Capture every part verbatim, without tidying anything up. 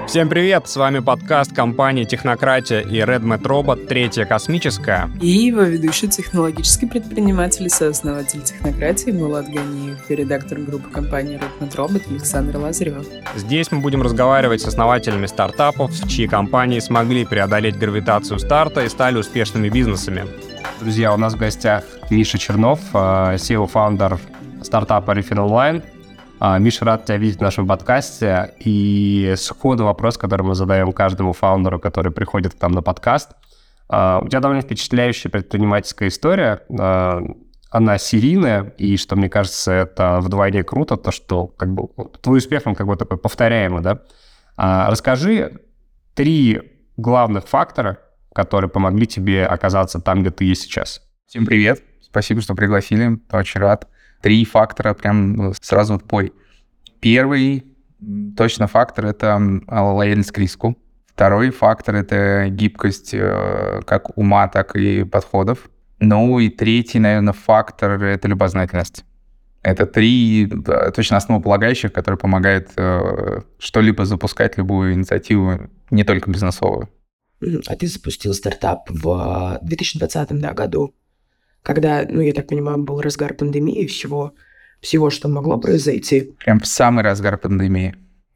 Всем привет! С вами подкаст компании «Технократия» и RedMat Robot «Третья космическая». И его ведущий технологический предприниматель и сооснователь «Технократии» Булат Ганиев и редактор группы компании RedMat Robot Александр Лазарев. Здесь мы будем разговаривать с основателями стартапов, чьи компании смогли преодолеть гравитацию старта и стали успешными бизнесами. Друзья, у нас в гостях Миша Чернов, си и о-фаундер стартапа Refin Online. Миша, рад тебя видеть в нашем подкасте. И сходу вопрос, который мы задаем каждому фаундеру, который приходит к нам на подкаст. У тебя довольно впечатляющая предпринимательская история. Она серийная, и, что мне кажется, это вдвойне круто, то, что как бы, твой успех, он как бы такой повторяемый, да? Расскажи три главных фактора, которые помогли тебе оказаться там, где ты есть сейчас. Всем привет. Спасибо, что пригласили. Очень рад. Три фактора прям сразу в пой. Первый точно фактор — это лояльность к риску. Второй фактор — это гибкость как ума, так и подходов. Ну и третий, наверное, фактор — это любознательность. Это три точно основополагающих, которые помогают что-либо запускать, любую инициативу, не только бизнесовую. А ты запустил стартап в две тысячи двадцатом да, году, когда, ну, я так понимаю, был разгар пандемии, всего, всего, что могло произойти. Прям в самый разгар пандемии.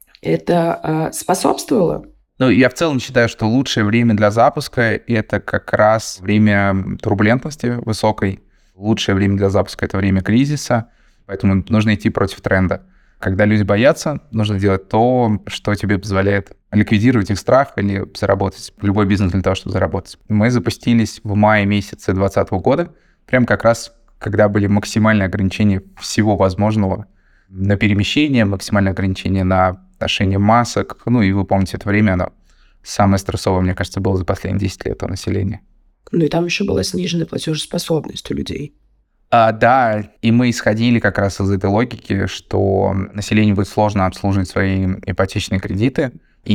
Это э, способствовало? Ну, я в целом считаю, что лучшее время для запуска — это как раз время турбулентности высокой. Лучшее время для запуска — это время кризиса, поэтому нужно идти против тренда. Когда люди боятся, нужно делать то, что тебе позволяет ликвидировать их страх или заработать. Любой бизнес для того, чтобы заработать. Мы запустились в мае месяце двадцатого года, прям как раз, когда были максимальные ограничения всего возможного на перемещение, максимальные ограничения на ношение масок. Ну и вы помните, это время, оно самое стрессовое, мне кажется, было за последние десять лет у населения. Ну и там еще была сниженная платежеспособность у людей. А, да, и мы исходили как раз из этой логики, что населению будет сложно обслуживать свои ипотечные кредиты,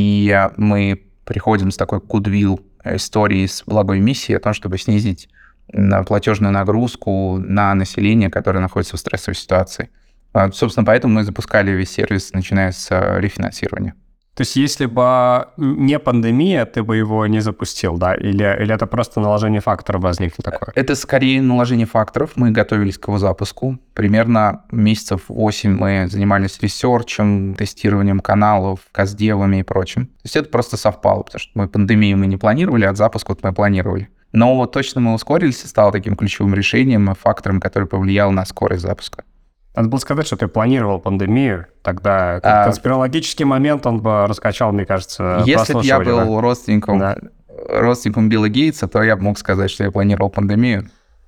и мы приходим с такой goodwill историей, с благой миссией о том, чтобы снизить платежную нагрузку на население, которое находится в стрессовой ситуации. Собственно, поэтому мы запускали весь сервис, начиная с рефинансирования. То есть если бы не пандемия, ты бы его не запустил, да? Или, или это просто наложение факторов возникло такое? Это скорее наложение факторов. Мы готовились к его запуску. Примерно месяцев восемь мы занимались ресерчем, тестированием каналов, каздевами и прочим. То есть это просто совпало, потому что мы пандемию мы не планировали, а запуск вот мы планировали. Но вот точно мы ускорились, и стало таким ключевым решением, фактором, который повлиял на скорость запуска. Надо было сказать, что ты планировал пандемию, тогда а, конспирологический момент, он бы раскачал, мне кажется, если бы я был да? родственником, да. родственником Билла Гейтса, то я бы мог сказать, что я планировал пандемию.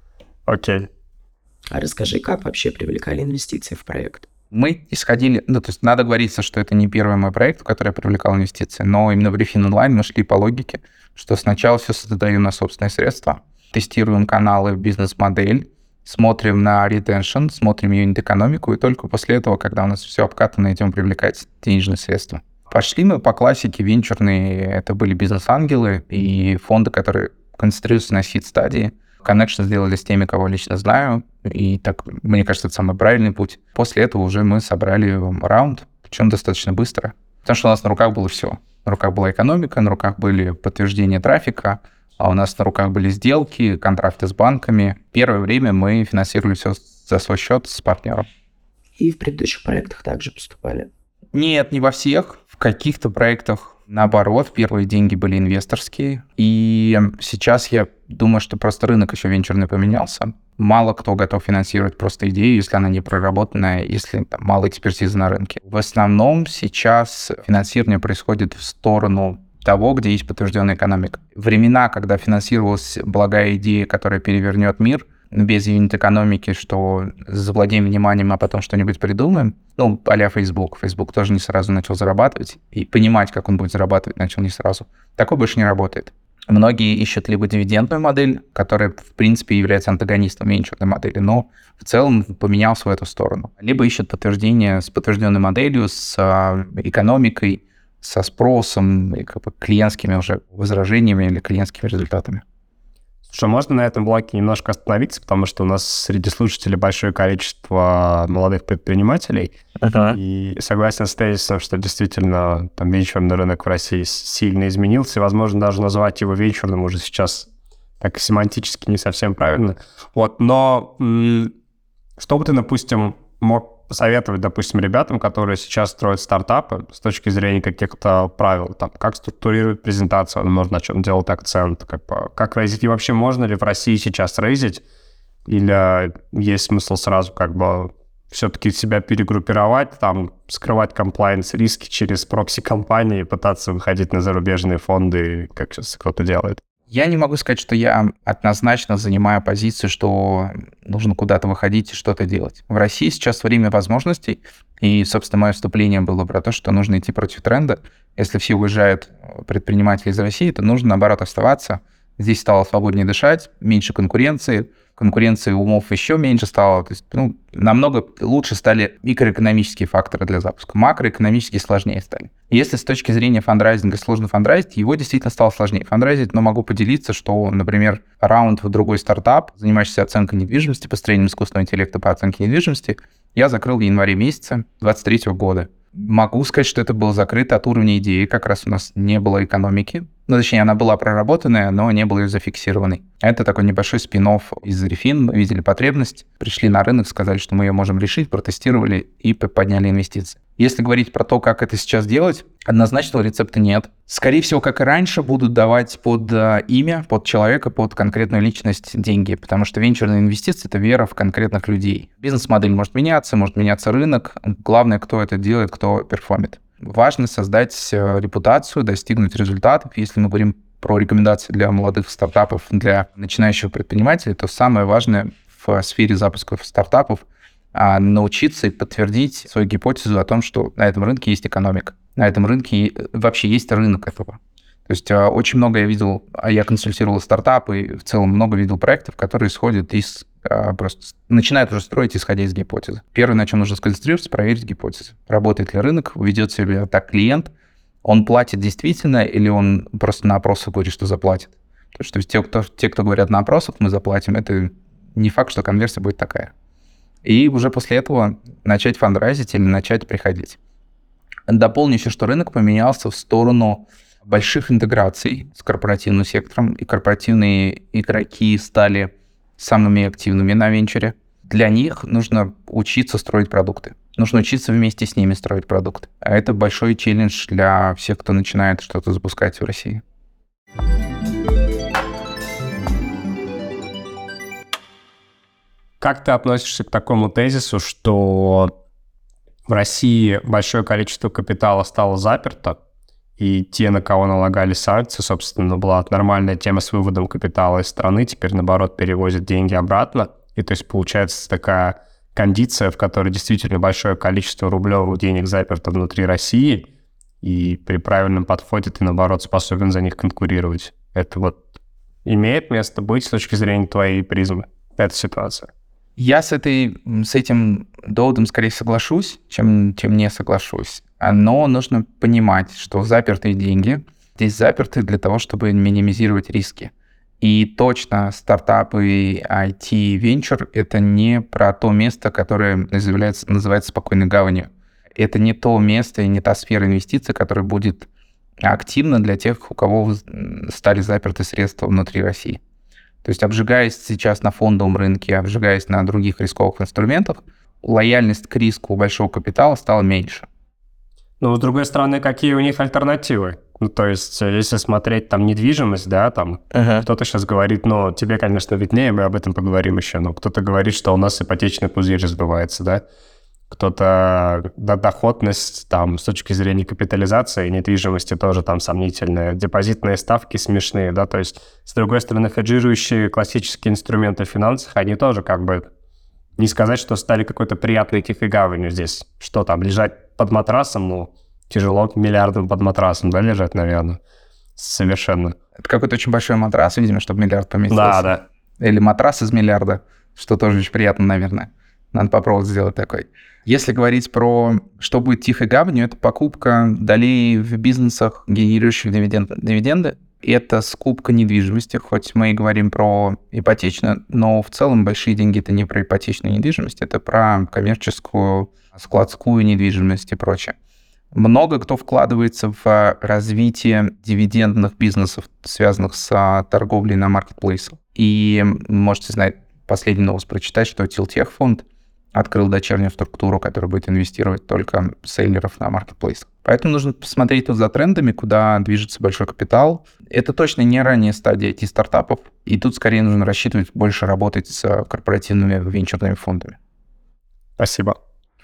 Окей. А расскажи, как вообще привлекали инвестиции в проект? Мы исходили, ну, то есть надо говориться, что это не первый мой проект, в который я привлекал инвестиции, но именно в Refin Online мы шли по логике, что сначала все создаю на собственные средства, тестируем каналы, бизнес-модель, смотрим на ретеншн, смотрим юнит-экономику, и только после этого, когда у нас все обкатано, идем привлекать денежные средства. Пошли мы по классике венчурные, это были бизнес-ангелы и фонды, которые концентрируются на сид-стадии. Connection сделали с теми, кого лично знаю, и так, мне кажется, это самый правильный путь. После этого уже мы собрали раунд, причем достаточно быстро, потому что у нас на руках было все. На руках была экономика, на руках были подтверждения трафика, а у нас на руках были сделки, контракты с банками. Первое время мы финансировали все за свой счет с партнером. И в предыдущих проектах также поступали? Нет, не во всех. В каких-то проектах, наоборот, первые деньги были инвесторские. И сейчас я думаю, что просто рынок еще венчурный поменялся. Мало кто готов финансировать просто идею, если она не проработанная, если там мало экспертизы на рынке. В основном сейчас финансирование происходит в сторону того, где есть подтвержденная экономика. Времена, когда финансировалась благая идея, которая перевернет мир, без юнит-экономики, что завладеем вниманием, а потом что-нибудь придумаем, ну, а-ля Facebook. Facebook тоже не сразу начал зарабатывать, и понимать, как он будет зарабатывать, начал не сразу. Такое больше не работает. Многие ищут либо дивидендную модель, которая, в принципе, является антагонистом венчурной модели, но в целом поменялся в эту сторону. Либо ищут подтверждение с подтвержденной моделью, с экономикой, со спросом, и как бы клиентскими уже возражениями или клиентскими результатами. Что можно на этом блоке немножко остановиться, потому что у нас среди слушателей большое количество молодых предпринимателей. Uh-huh. И согласен с тезисом, что действительно там венчурный рынок в России сильно изменился. Возможно, даже назвать его венчурным уже сейчас так семантически не совсем правильно. Вот, но м- что бы ты, допустим, мог посоветовать, допустим, ребятам, которые сейчас строят стартапы с точки зрения каких-то правил, там, как структурировать презентацию, можно на чем делать акцент, как, как рейзить, и вообще можно ли в России сейчас рейзить, или есть смысл сразу как бы все-таки себя перегруппировать, там, скрывать комплайнс, риски через прокси-компании, пытаться выходить на зарубежные фонды, как сейчас кто-то делает? Я не могу сказать, что я однозначно занимаю позицию, что нужно куда-то выходить и что-то делать. В России сейчас время возможностей, и, собственно, мое вступление было про то, что нужно идти против тренда. Если все уезжают предприниматели из России, то нужно, наоборот, оставаться. Здесь стало свободнее дышать, меньше конкуренции, конкуренции умов еще меньше стало. То есть, ну, намного лучше стали микроэкономические факторы для запуска. Макроэкономические сложнее стали. Если с точки зрения фандрайзинга сложно фандрайзить, его действительно стало сложнее фандрайзить, но могу поделиться, что, например, раунд в другой стартап, занимающийся оценкой недвижимости, построением искусственного интеллекта по оценке недвижимости, я закрыл в январе месяце две тысячи двадцать третьего года. Могу сказать, что это было закрыто от уровня идеи, как раз у нас не было экономики. Ну, точнее, она была проработанная, но не было ее зафиксированной. Это такой небольшой спин-офф из Refin. Мы видели потребность, пришли на рынок, сказали, что мы ее можем решить, протестировали и подняли инвестиции. Если говорить про то, как это сейчас делать, однозначного рецепта нет. Скорее всего, как и раньше, будут давать под имя, под человека, под конкретную личность деньги, потому что венчурные инвестиции — это вера в конкретных людей. Бизнес-модель может меняться, может меняться рынок. Главное, кто это делает, кто перформит. Важно создать репутацию, достигнуть результатов. Если мы говорим про рекомендации для молодых стартапов, для начинающих предпринимателей, то самое важное в сфере запуска стартапов — научиться и подтвердить свою гипотезу о том, что на этом рынке есть экономика. На этом рынке вообще есть рынок этого. То есть очень много я видел, я консультировал стартапы, и в целом много видел проектов, которые исходят из, просто начинают уже строить, исходя из гипотезы. Первое, на чем нужно сконцентрироваться, проверить гипотезу. Работает ли рынок, ведет себя так клиент, он платит действительно, или он просто на опросах говорит, что заплатит. То есть те, кто, те, кто говорят на опросах, мы заплатим, это не факт, что конверсия будет такая. И уже после этого начать фандрайзить или начать приходить. Дополню еще, что рынок поменялся в сторону больших интеграций с корпоративным сектором, и корпоративные игроки стали самыми активными на венчуре. Для них нужно учиться строить продукты. Нужно учиться вместе с ними строить продукты. А это большой челлендж для всех, кто начинает что-то запускать в России. Как ты относишься к такому тезису, что в России большое количество капитала стало заперто, и те, на кого налагали санкции, собственно, была нормальная тема с выводом капитала из страны, теперь, наоборот, перевозят деньги обратно, и то есть получается такая кондиция, в которой действительно большое количество рублевых денег заперто внутри России, и при правильном подходе ты, наоборот, способен за них конкурировать. Это вот имеет место быть с точки зрения твоей призмы, эта ситуация? Я с, этой, с этим доводом скорее соглашусь, чем, чем не соглашусь. Но нужно понимать, что запертые деньги здесь заперты для того, чтобы минимизировать риски. И точно стартапы, ай ти, венчур — это не про то место, которое называется, называется спокойной гаванью. Это не то место и не та сфера инвестиций, которая будет активна для тех, у кого стали заперты средства внутри России. То есть, обжигаясь сейчас на фондовом рынке, обжигаясь на других рисковых инструментах, лояльность к риску большого капитала стала меньше. Но, с другой стороны, какие у них альтернативы? Ну, то есть, если смотреть там недвижимость, да, там uh-huh. кто-то сейчас говорит, ну, тебе, конечно, виднее, мы об этом поговорим еще, но кто-то говорит, что у нас ипотечный пузырь разбивается, да? Кто-то да, доходность там с точки зрения капитализации недвижимости тоже там сомнительная. Депозитные ставки смешные, да, то есть, с другой стороны, хеджирующие классические инструменты в финансах, они тоже как бы, не сказать, что стали какой-то приятной тихой гаванью здесь. Что там, лежать под матрасом, ну, тяжело миллиардом под матрасом, да, лежать, наверное, совершенно. Это какой-то очень большой матрас, видимо, чтобы миллиард поместился. Да, да. Или матрас из миллиарда, что тоже очень приятно, наверное. Надо попробовать сделать такой. Если говорить про что будет тихой гаванью, это покупка долей в бизнесах, генерирующих дивиденды. дивиденды. Это скупка недвижимости, хоть мы и говорим про ипотечную, но в целом большие деньги — это не про ипотечную недвижимость, это про коммерческую, складскую недвижимость и прочее. Много кто вкладывается в развитие дивидендных бизнесов, связанных с торговлей на маркетплейсах. И можете знать, последний новость прочитать, что Тилтех фонд открыл дочернюю структуру, которая будет инвестировать только сейлеров на маркетплейсах. Поэтому нужно посмотреть тут за трендами, куда движется большой капитал. Это точно не ранняя стадия ай ти-стартапов, и тут скорее нужно рассчитывать больше работать с корпоративными венчурными фондами. Спасибо.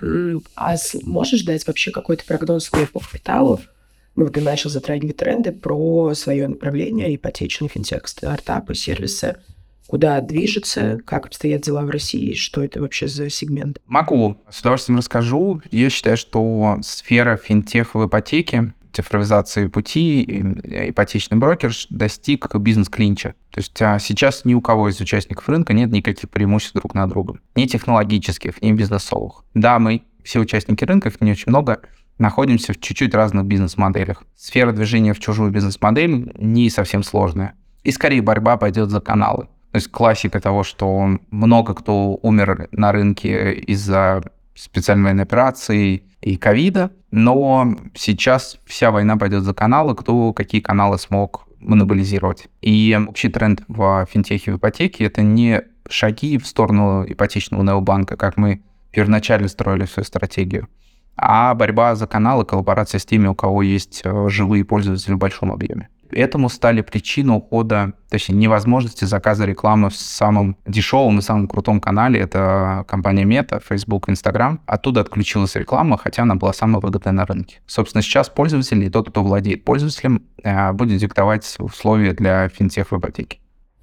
А можешь дать вообще какой-то прогноз по капиталу? Ну, вот ты начал затрагивать тренды про свое направление, ипотечный финтех, стартапы, сервисы. Куда движется, как обстоят дела в России, что это вообще за сегмент? Могу, с удовольствием расскажу. Я считаю, что сфера финтеха в ипотеке, цифровизации пути, ипотечный брокер достиг бизнес-клинча. То есть а сейчас ни у кого из участников рынка нет никаких преимуществ друг над другом. Ни технологических, ни бизнесовых. Да, мы, все участники рынка, их не очень много, находимся в чуть-чуть разных бизнес-моделях. Сфера движения в чужую бизнес-модель не совсем сложная. И скорее борьба пойдет за каналы. То есть классика того, что много кто умер на рынке из-за специальной военной операции и ковида, но сейчас вся война пойдет за каналы, кто какие каналы смог монополизировать. И общий тренд в финтехе и в ипотеке — это не шаги в сторону ипотечного необанка, как мы первоначально строили свою стратегию, а борьба за каналы, коллаборация с теми, у кого есть живые пользователи в большом объеме. Этому стали причиной ухода, точнее, невозможности заказа рекламы в самом дешевом и самом крутом канале. Это компания Meta, Facebook, Instagram. Оттуда отключилась реклама, хотя она была самая выгодная на рынке. Собственно, сейчас пользователь и тот, кто владеет пользователем, будет диктовать условия для финтех в ипотеке.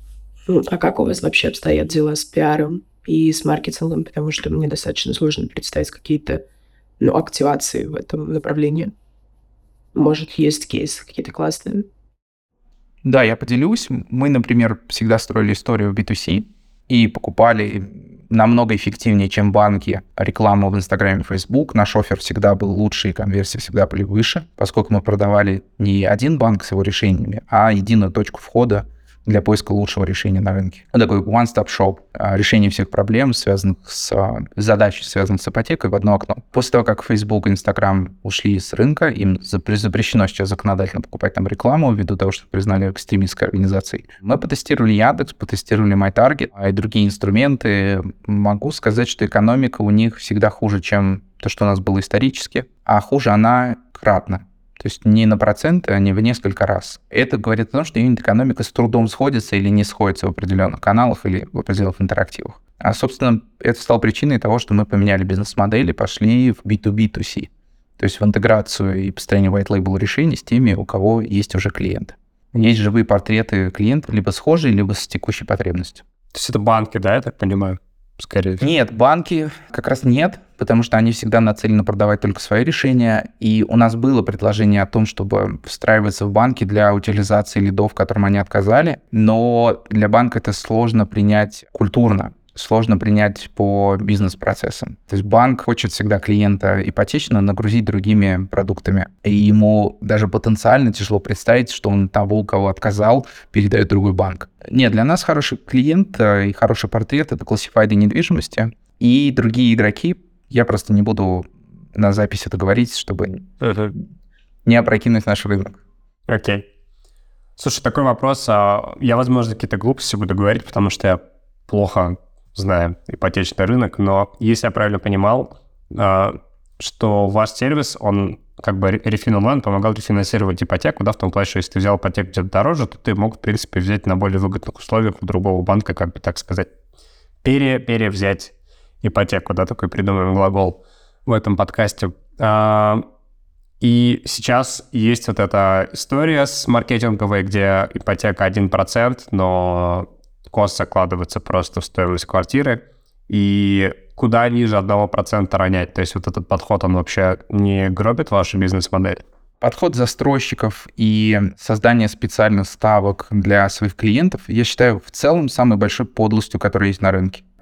А как у вас вообще обстоят дела с пиаром и с маркетингом? Потому что мне достаточно сложно представить какие-то ну, активации в этом направлении. Может, есть кейсы какие-то классные? Да, я поделюсь. Мы, например, всегда строили историю би ту си и покупали намного эффективнее, чем банки, рекламу в Инстаграме и Фейсбук. Наш оффер всегда был лучше, и конверсии всегда были выше, поскольку мы продавали не один банк с его решениями, а единую точку входа для поиска лучшего решения на рынке. Вот такой one-stop shop, решение всех проблем, связанных с задачей, связанных с ипотекой, в одно окно. После того, как Facebook и Instagram ушли с рынка, им запрещено сейчас законодательно покупать там рекламу, ввиду того, что признали экстремистской организацией. Мы потестировали Яндекс, потестировали MyTarget и другие инструменты. Могу сказать, что экономика у них всегда хуже, чем то, что у нас было исторически, а хуже она кратно. То есть не на проценты, а не в несколько раз. Это говорит о том, что юнит-экономика с трудом сходится или не сходится в определенных каналах или в определенных интерактивах. А, собственно, это стало причиной того, что мы поменяли бизнес-модель и пошли в би ту би ту си. То есть в интеграцию и построение white-label решений с теми, у кого есть уже клиенты. Есть живые портреты клиентов, либо схожие, либо с текущей потребностью. То есть это банки, да, я так понимаю? Скорее всего. Нет, банки как раз нет, потому что они всегда нацелены продавать только свои решения. И у нас было предложение о том, чтобы встраиваться в банки для утилизации лидов, которым они отказали. Но для банка это сложно принять культурно, сложно принять по бизнес-процессам. То есть банк хочет всегда клиента ипотечно нагрузить другими продуктами. И ему даже потенциально тяжело представить, что он того, у кого отказал, передает другой банк. Нет, для нас хороший клиент и хороший портрет — это классифайды недвижимости. И другие игроки, я просто не буду на запись это говорить, чтобы uh-huh. не опрокинуть наш рынок. Окей. Okay. Слушай, такой вопрос. Я, возможно, какие-то глупости буду говорить, потому что я плохо знаю ипотечный рынок, но если я правильно понимал, что ваш сервис, он как бы рефинансировал, помогал рефинансировать ипотеку, да, в том плане, что если ты взял ипотеку где-то дороже, то ты мог, в принципе, взять на более выгодных условиях у другого банка, как бы так сказать, пере, перевзять ипотеку, да, такой придумаем глагол в этом подкасте. И сейчас есть вот эта история с маркетинговой, где ипотека один процент, но кост закладывается просто в стоимость квартиры, и куда ниже одного процента ронять. То есть вот этот подход, он вообще не гробит вашу бизнес-модель? Подход застройщиков и создание специальных ставок для своих клиентов, я считаю, в целом самой большой подлостью, которая есть на рынке.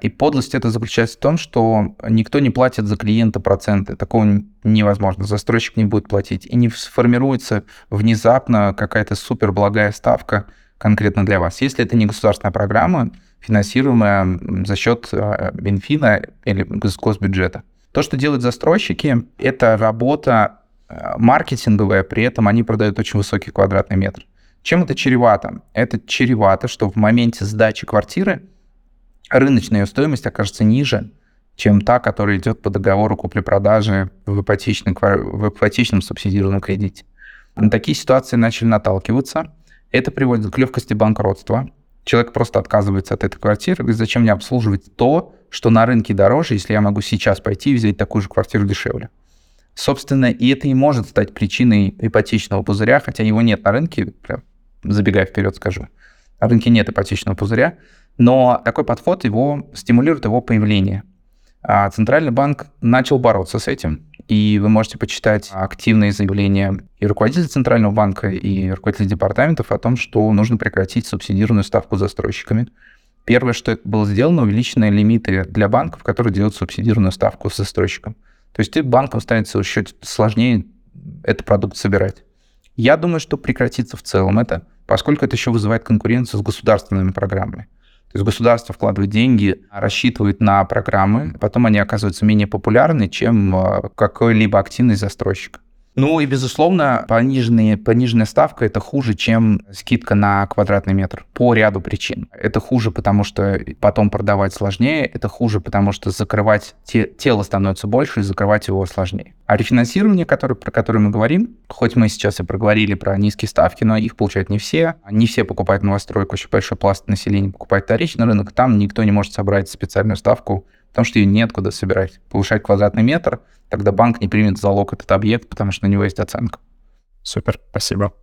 И подлость это заключается в том, что никто не платит за клиента проценты. Такого невозможно. Застройщик не будет платить. И не сформируется внезапно какая-то супер благая ставка конкретно для вас. Если это не государственная программа, финансируемая за счет Минфина или госбюджета. То, что делают застройщики, это работа маркетинговая, при этом они продают очень высокий квадратный метр. Чем это чревато? Это чревато, что в моменте сдачи квартиры рыночная ее стоимость окажется ниже, чем та, которая идет по договору купли-продажи в ипотечном, в ипотечном субсидированном кредите. На такие ситуации начали наталкиваться. Это приводит к легкости банкротства. Человек просто отказывается от этой квартиры, говорит, зачем мне обслуживать то, что на рынке дороже, если я могу сейчас пойти и взять такую же квартиру дешевле. Собственно, и это и может стать причиной ипотечного пузыря, хотя его нет на рынке, прям забегая вперед скажу. На рынке нет ипотечного пузыря, но такой подход его стимулирует его появление. А Центральный банк начал бороться с этим, и вы можете почитать активные заявления и руководителей Центрального банка, и руководителей департаментов о том, что нужно прекратить субсидированную ставку застройщиками. Первое, что это было сделано, увеличены лимиты для банков, которые делают субсидированную ставку с застройщиком. То есть банкам становится еще сложнее этот продукт собирать. Я думаю, что прекратится в целом это, поскольку это еще вызывает конкуренцию с государственными программами. То есть государство вкладывает деньги, рассчитывает на программы, потом они оказываются менее популярны, чем какой-либо активный застройщик. Ну и, безусловно, пониженная, пониженная ставка – это хуже, чем скидка на квадратный метр по ряду причин. Это хуже, потому что потом продавать сложнее, это хуже, потому что закрывать те, тело становится больше, и закрывать его сложнее. А рефинансирование, которое, про которое мы говорим, хоть мы сейчас и проговорили про низкие ставки, но их получают не все. Не все покупают новостройку, очень большой пласт населения покупает вторичный рынок, там никто не может собрать специальную ставку, потому что ее неоткуда собирать. Повышать квадратный метр, тогда банк не примет в залог этот объект, потому что на него есть оценка. Супер, спасибо.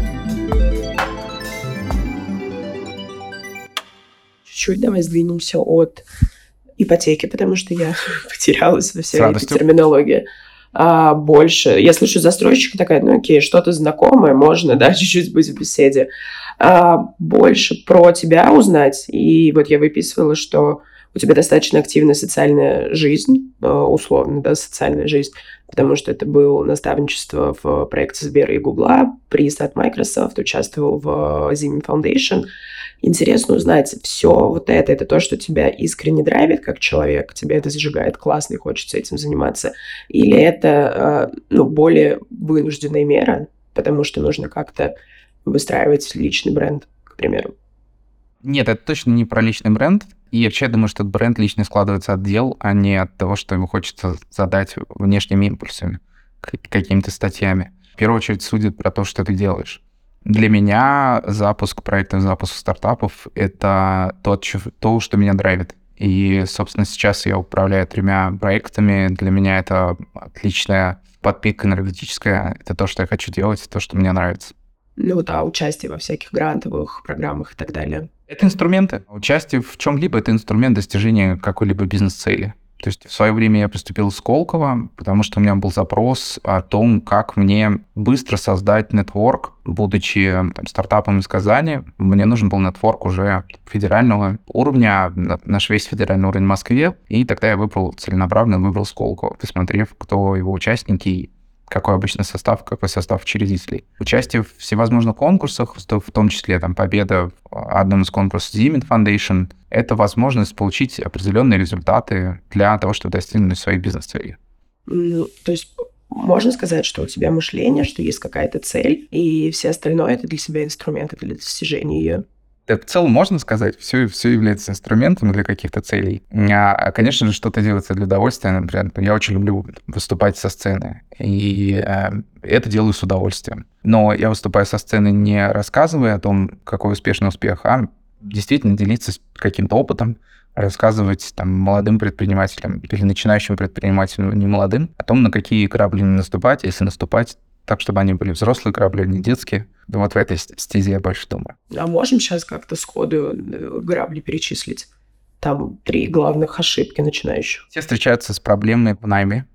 Чуть-чуть давай сдвинемся от ипотеки, потому что я потерялась во всей этой радостью. терминологии. А, больше. Я слышу застройщика такая, ну окей, что-то знакомое, можно, да, чуть-чуть быть в беседе. А, больше про тебя узнать. И вот я выписывала, что у тебя достаточно активная социальная жизнь, условно, да, социальная жизнь, потому что это было наставничество в проекте Сбера и Гугла, приз от Microsoft, участвовал в Zimin Foundation. Интересно узнать, все вот это, это то, что тебя искренне драйвит как человек, тебя это зажигает классно и хочется этим заниматься, или это, ну, более вынужденная мера, потому что нужно как-то выстраивать личный бренд, к примеру? Нет, это точно не про личный бренд. И вообще, я думаю, что этот бренд лично складывается от дел, а не от того, что ему хочется задать внешними импульсами, какими-то статьями. В первую очередь судят про то, что ты делаешь. Для меня запуск проектов, запуск стартапов — это то, то, что меня драйвит. И, собственно, сейчас я управляю тремя проектами. Для меня это отличная подпитка энергетическая. Это то, что я хочу делать, то, что мне нравится. Ну да, участие во всяких грантовых программах и так далее. Это инструменты. Участие в чем-либо — это инструмент достижения какой-либо бизнес-цели. То есть в свое время я поступил в Сколково, потому что у меня был запрос о том, как мне быстро создать нетворк, будучи там, стартапом из Казани. Мне нужен был нетворк уже федерального уровня, наш весь федеральный уровень в Москве. И тогда я выбрал целенаправленно, выбрал Сколково, посмотрев, кто его участники, какой обычно состав, какой состав учредителей. Участие в всевозможных конкурсах, в том числе там, победа в одном из конкурсов Zimin Foundation, это возможность получить определенные результаты для того, чтобы достигнуть своей бизнес-цели. Ну, то есть можно сказать, что у тебя мышление, что есть какая-то цель, и все остальное — это для себя инструменты для достижения ее. В целом можно сказать, все, все является инструментом для каких-то целей. А, конечно же, что-то делается для удовольствия. Например, я очень люблю выступать со сцены, и э, это делаю с удовольствием. Но я выступаю со сцены не рассказывая о том, какой успешный успех, а действительно делиться каким-то опытом, рассказывать там, молодым предпринимателям или начинающим предпринимателям, не молодым, о том, на какие грабли не наступать, если наступать, так, чтобы они были взрослые грабли, а не детские. Вот в этой стезе я больше думаю. А можем сейчас как-то сходу грабли перечислить? Там три главных ошибки начинающих. Все встречаются с проблемой в найме.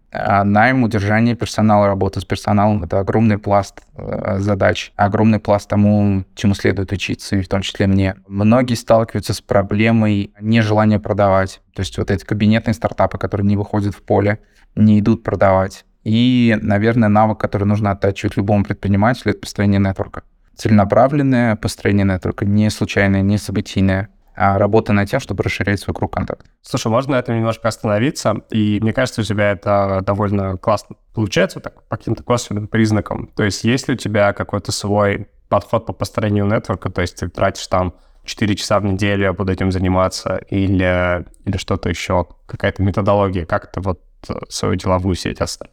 А найм, удержание персонала, работа с персоналом — это огромный пласт э, задач, огромный пласт тому, чему следует учиться, и в том числе мне. Многие сталкиваются с проблемой нежелания продавать. То есть вот эти кабинетные стартапы, которые не выходят в поле, не идут продавать. И, наверное, навык, который нужно оттачивать любому предпринимателю, это построение нетворка. Целенаправленное построение нетворка, не случайное, не событийное, а работа над тем, чтобы расширять свой круг контактов. Слушай, можно на этом немножко остановиться? И мне кажется, у тебя это довольно классно получается так, по каким-то косвенным признакам. То есть есть ли у тебя какой-то свой подход по построению нетворка? То есть ты тратишь там четыре часа в неделю, я буду этим заниматься, или, или что-то еще, какая-то методология, как ты вот свою деловую сеть оставишь?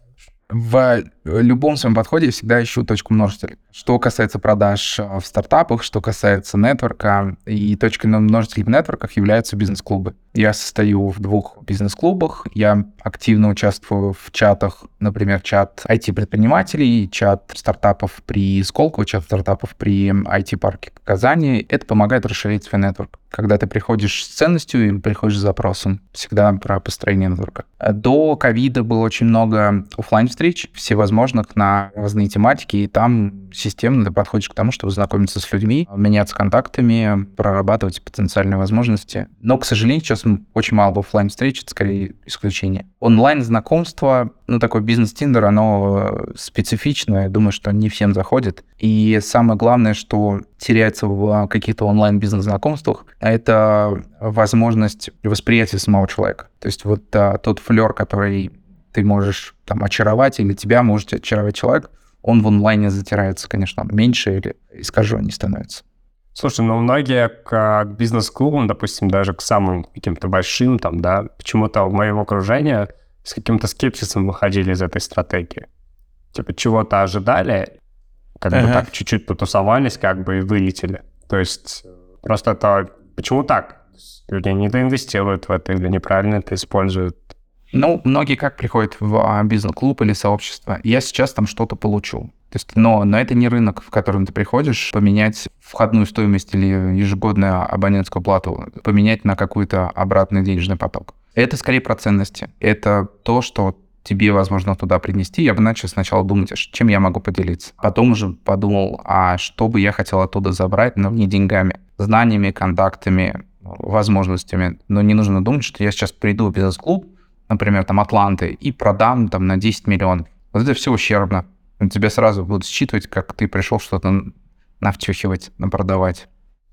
В любом своем подходе я всегда ищу точку множителя. Что касается продаж в стартапах, что касается нетворка, и точкой множителя в нетворках являются бизнес-клубы. Я состою в двух бизнес-клубах, я активно участвую в чатах, например, чат ай ти-предпринимателей, чат стартапов при Сколково, чат стартапов при ай ти-парке в Казани. Это помогает расширить свой нетворк. Когда ты приходишь с ценностью и приходишь с запросом, всегда про построение нетворка. До ковида было очень много офлайн-встреч, всевозможных на разные тематики, и там системно ты подходишь к тому, чтобы знакомиться с людьми, меняться контактами, прорабатывать потенциальные возможности. Но, к сожалению, сейчас очень мало офлайн-встреч, это скорее исключение. Онлайн-знакомство, ну, такой бизнес-тиндер, оно специфичное, я думаю, что не всем заходит. И самое главное, что теряется в каких-то онлайн-бизнес-знакомствах, это возможность восприятия самого человека. То есть вот а, тот флёр, который ты можешь там очаровать, или тебя может очаровать человек, он в онлайне затирается, конечно, меньше или искаженнее становится. Слушай, ну многие к бизнес-клубам, допустим, даже к самым каким-то большим, там, да, почему-то в моем окружении с каким-то скепсисом выходили из этой стратегии. Типа чего-то ожидали, как ага. бы так чуть-чуть потусовались, как бы и вылетели. То есть просто это... Почему так? Люди недоинвестируют в это или неправильно это используют. Ну, многие как приходят в бизнес-клуб или сообщество, я сейчас там что-то получу. То есть, но, но это не рынок, в котором ты приходишь, поменять входную стоимость или ежегодную абонентскую плату, поменять на какой-то обратный денежный поток. Это скорее про ценности. Это то, что тебе, возможно, туда принести. Я бы начал сначала думать, чем я могу поделиться. Потом уже подумал, а что бы я хотел оттуда забрать, но не деньгами, знаниями, контактами, возможностями. Но не нужно думать, что я сейчас приду в бизнес-клуб, например, там Атланты, и продам там на десять миллионов. Вот это все ущербно. Тебя сразу будут считывать, как ты пришел что-то навтюхивать, напродавать.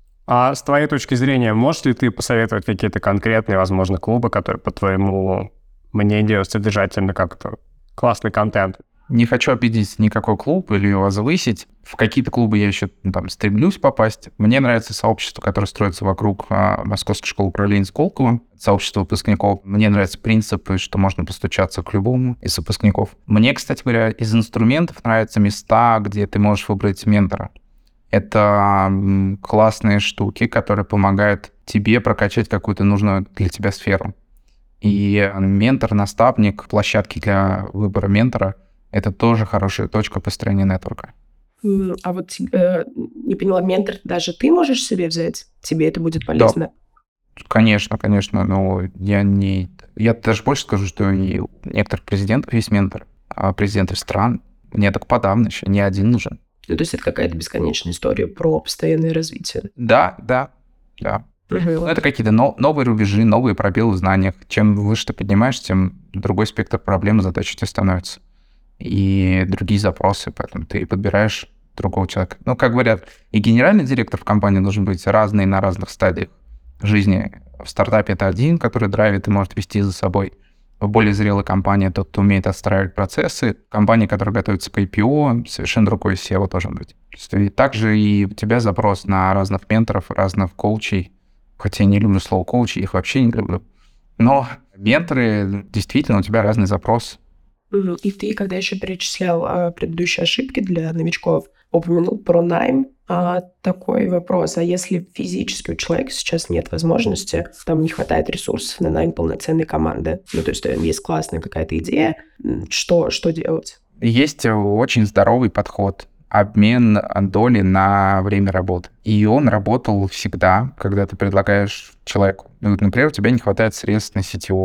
А с твоей точки зрения, можешь ли ты посоветовать какие-то конкретные, возможно, клубы, которые, по твоему мнению, содержательно как-то классный контент? Не хочу обидеть никакой клуб или его завысить. В какие-то клубы я еще ну, там стремлюсь попасть. Мне нравится сообщество, которое строится вокруг а, Московской школы управления Сколково, сообщество выпускников. Мне нравится принцип, что можно постучаться к любому из выпускников. Мне, кстати говоря, из инструментов нравятся места, где ты можешь выбрать ментора. Это классные штуки, которые помогают тебе прокачать какую-то нужную для тебя сферу. И ментор, наставник, площадки для выбора ментора — это тоже хорошая точка построения нетворка. А вот э, не поняла, ментор даже ты можешь себе взять? Тебе это будет полезно? Да. Конечно, конечно, но я не... Я даже больше скажу, что и у некоторых президентов есть ментор, а президентов стран мне так подавно еще не один нужен. Ну, то есть это какая-то бесконечная история про постоянное развитие? Да, да, да. Ну, это какие-то но- новые рубежи, новые пробелы в знаниях. Чем выше ты поднимаешься, тем другой спектр проблем и задач у тебя становится. И другие запросы, поэтому ты подбираешь другого человека. Ну, как говорят, и генеральный директор в компании должен быть разный на разных стадиях жизни. В стартапе это один, который драйвит и может вести за собой. В более зрелой компании тот, кто умеет отстраивать процессы. В компании, которая готовится к ай пи о, совершенно другой сео должен быть. И также и у тебя запрос на разных менторов, разных коучей. Хотя я не люблю слово коучи, их вообще не люблю. Но менторы, действительно, у тебя разный запрос. И ты, когда еще перечислял а, предыдущие ошибки для новичков, упомянул про найм. А, такой вопрос. А если физически у человека сейчас нет возможности, там не хватает ресурсов на найм полноценной команды, ну, то есть есть классная какая-то идея, что, что делать? Есть очень здоровый подход. Обмен доли на время работы. И он работал всегда, когда ты предлагаешь человеку. Ну, например, у тебя не хватает средств на си ти о.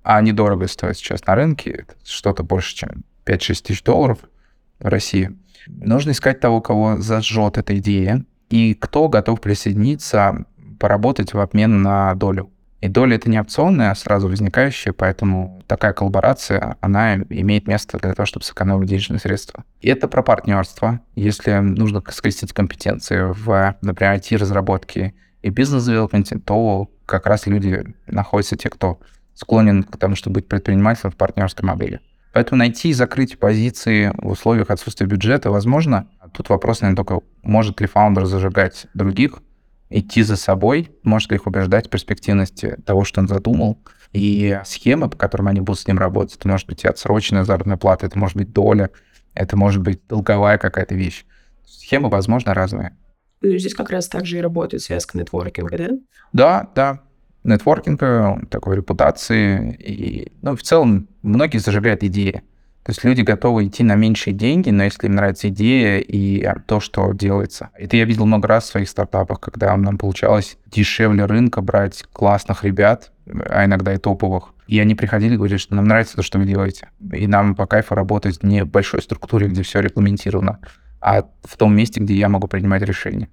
а они дорого стоят сейчас на рынке, что-то больше, чем пять-шесть тысяч долларов в России. Нужно искать того, кого зажжет эта идея, и кто готов присоединиться, поработать в обмен на долю. И доля — это не опционная, а сразу возникающая, поэтому такая коллаборация, она имеет место для того, чтобы сэкономить денежные средства. И это про партнерство. Если нужно скрестить компетенции в, например, ай ти-разработке и бизнес-девелопменте, то как раз люди находятся те, кто склонен к тому, чтобы быть предпринимателем в партнерской модели. Поэтому найти и закрыть позиции в условиях отсутствия бюджета возможно. Тут вопрос, наверное, только, может ли фаундер зажигать других, идти за собой, может ли их убеждать в перспективности того, что он задумал. И схемы, по которым они будут с ним работать, это может быть и отсроченная заработная плата, это может быть доля, это может быть долговая какая-то вещь. Схемы, возможно, разные. Ну, здесь как раз также и работает связка нетворкинга, да? Да, да. Нетворкинга, такой репутации. И, ну, в целом, многие зажигают идеи. То есть люди готовы идти на меньшие деньги, но если им нравится идея и то, что делается. Это я видел много раз в своих стартапах, когда нам получалось дешевле рынка брать классных ребят, а иногда и топовых. И они приходили и говорили, что нам нравится то, что вы делаете. И нам по кайфу работать не в большой структуре, где все регламентировано, а в том месте, где я могу принимать решения.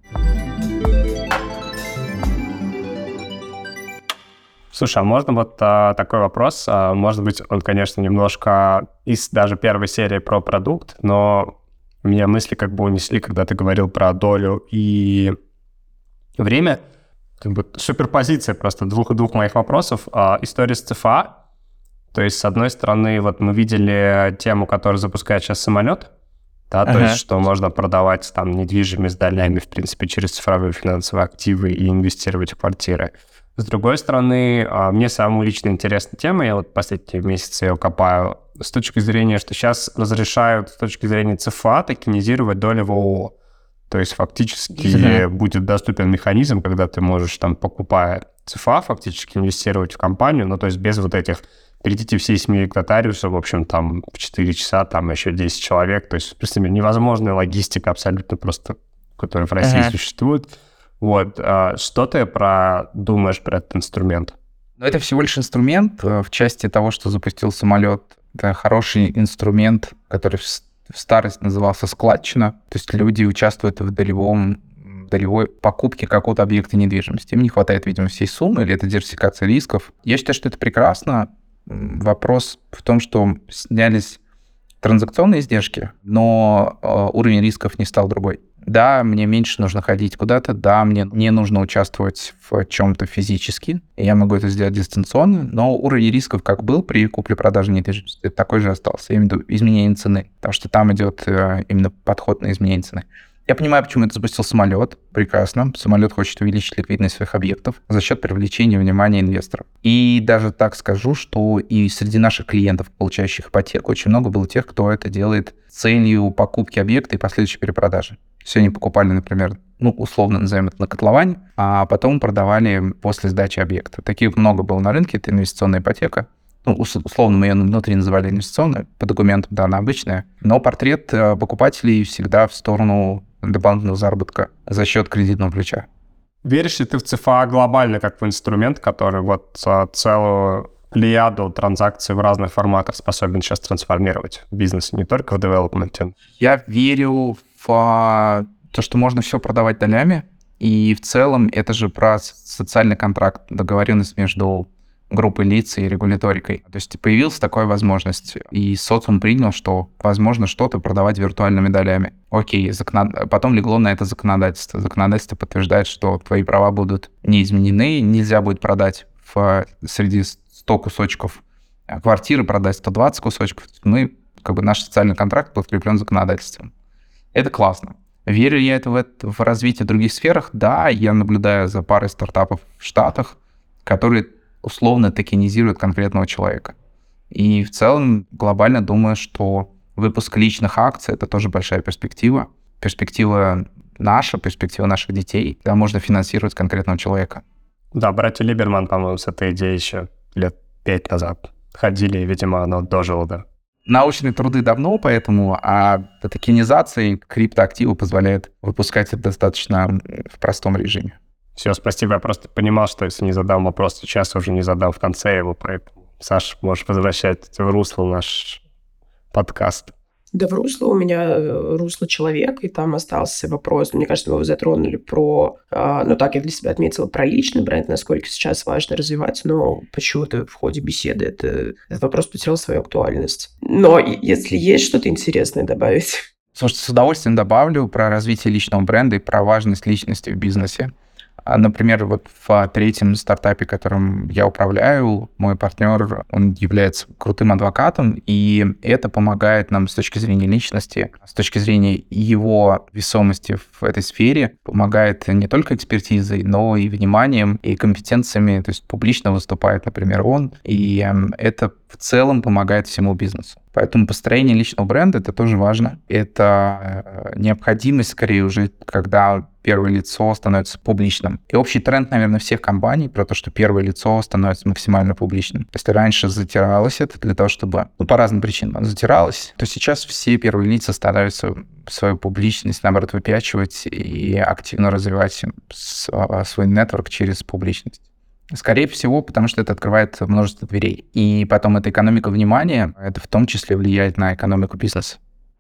Слушай, а можно вот а, такой вопрос? А, может быть, он, конечно, немножко из даже первой серии про продукт, но меня мысли как бы унесли, когда ты говорил про долю и время. Как бы суперпозиция просто двух, двух моих вопросов. А, история с ЦФА. То есть, с одной стороны, вот мы видели тему, которую запускает сейчас самолет, да, ага. То есть, что можно продавать там недвижимость долями, в принципе, через цифровые финансовые активы и инвестировать в квартиры. С другой стороны, мне самая лично интересная тема, я вот последние месяцы ее копаю, с точки зрения, что сейчас разрешают с точки зрения ЦФА токенизировать доли в ООО. То есть фактически mm-hmm. будет доступен механизм, когда ты можешь, там, покупая ЦФА, фактически инвестировать в компанию, ну, то есть без вот этих перейти все семьи к нотариусу, в общем, там, в четыре часа, там, еще десять человек. То есть, в принципе, невозможная логистика абсолютно просто, которая в России mm-hmm. существует. Вот, что ты про думаешь про этот инструмент? Ну, это всего лишь инструмент в части того, что запустил самолет. Это хороший инструмент, который в старость назывался складчина. То есть люди участвуют в долевом, долевой покупке какого-то объекта недвижимости. Им не хватает, видимо, всей суммы, или это диверсификация рисков. Я считаю, что это прекрасно. Вопрос в том, что снялись транзакционные издержки, но уровень рисков не стал другой. Да, мне меньше нужно ходить куда-то, да, мне не нужно участвовать в чем-то физически, я могу это сделать дистанционно, но уровень рисков как был при купле-продаже недвижимости, такой же остался, я имею в виду изменение цены, потому что там идет именно подход на изменение цены. Я понимаю, почему это запустил самолет. Прекрасно. Самолет хочет увеличить ликвидность своих объектов за счет привлечения внимания инвесторов. И даже так скажу, что и среди наших клиентов, получающих ипотеку, очень много было тех, кто это делает с целью покупки объекта и последующей перепродажи. Все они покупали, например, ну, условно назовем это на котловане, а потом продавали после сдачи объекта. Таких много было на рынке, это инвестиционная ипотека. Ну, условно мы ее внутри называли инвестиционной, по документам, да, она обычная. Но портрет покупателей всегда в сторону дополнительного заработка за счет кредитного плеча. Веришь ли ты в ЦФА глобально как в инструмент, который вот целую плеяду транзакций в разных форматах способен сейчас трансформировать бизнес, не только в девелопменте? Я верю в то, что можно все продавать долями, и в целом это же про социальный контракт, договоренность между группой лиц и регуляторикой. То есть появилась такая возможность, и социум принял, что возможно что-то продавать виртуальными долями. Окей, законод... потом легло на это законодательство. Законодательство подтверждает, что твои права будут не изменены, нельзя будет продать в... среди ста кусочков квартиры, продать сто двадцать кусочков. Мы, как бы наш социальный контракт подкреплен законодательством. Это классно. Верю я это в, это в развитие в других сферах? Да, я наблюдаю за парой стартапов в Штатах, которые условно токенизируют конкретного человека. И в целом глобально думаю, что выпуск личных акций — это тоже большая перспектива. Перспектива наша, перспектива наших детей, когда можно финансировать конкретного человека. Да, братья Либерман, по-моему, с этой идеей еще лет пять назад ходили, и, видимо, оно дожило, да. Научные труды давно, поэтому, а токенизация криптоактивы позволяет выпускать это достаточно в простом режиме. Все, спасибо. Я просто понимал, что если не задам вопрос сейчас, уже не задам в конце его, поэтому Саша, можешь возвращать в русло наш подкаст. Да, в русло у меня русло человек, и там остался вопрос, мне кажется, мы его затронули про, ну так, я для себя отметила про личный бренд, насколько сейчас важно развивать, но почему-то в ходе беседы это, этот вопрос потерял свою актуальность. Но если есть что-то интересное добавить... Слушайте, с удовольствием добавлю про развитие личного бренда и про важность личности в бизнесе. Например, вот в третьем стартапе, которым я управляю, мой партнер, он является крутым адвокатом, и это помогает нам с точки зрения личности, с точки зрения его весомости в этой сфере, помогает не только экспертизой, но и вниманием, и компетенциями, то есть публично выступает, например, он, и это в целом помогает всему бизнесу. Поэтому построение личного бренда — это тоже важно. Это необходимость, скорее, уже, когда первое лицо становится публичным. И общий тренд, наверное, всех компаний про то, что первое лицо становится максимально публичным. Если раньше затиралось это для того, чтобы... Ну, по разным причинам затиралось, то сейчас все первые лица стараются свою публичность, наоборот, выпячивать и активно развивать свой нетворк через публичность. Скорее всего, потому что это открывает множество дверей. И потом эта экономика внимания, это в том числе влияет на экономику бизнеса.